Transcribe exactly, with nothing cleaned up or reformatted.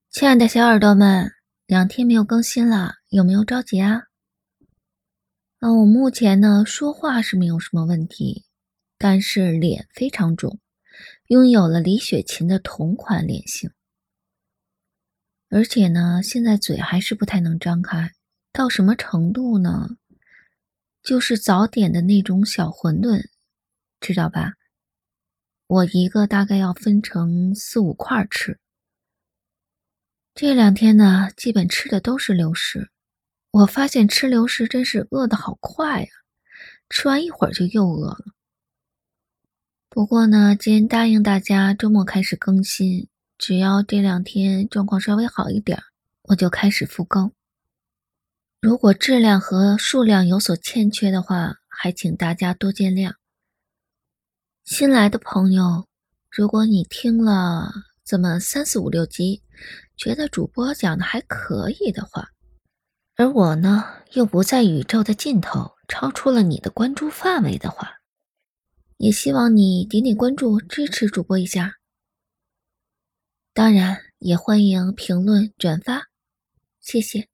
亲爱的小耳朵们，两天没有更新了，有没有着急啊？嗯，我目前呢说话是没有什么问题，但是脸非常肿，拥有了李雪琴的同款脸型，而且呢现在嘴还是不太能张开，到什么程度呢？就是早点的那种小馄饨，知道吧？我一个大概要分成四五块吃。这两天呢，基本吃的都是流食。我发现吃流食真是饿得好快呀，吃完一会儿就又饿了。不过呢，既然答应大家周末开始更新，只要这两天状况稍微好一点儿，我就开始复更。如果质量和数量有所欠缺的话，还请大家多见谅。新来的朋友，如果你听了这么三四五六集，觉得主播讲的还可以的话，而我呢，又不在宇宙的尽头，超出了你的关注范围的话，也希望你点点关注，支持主播一下。当然，也欢迎评论、转发，谢谢。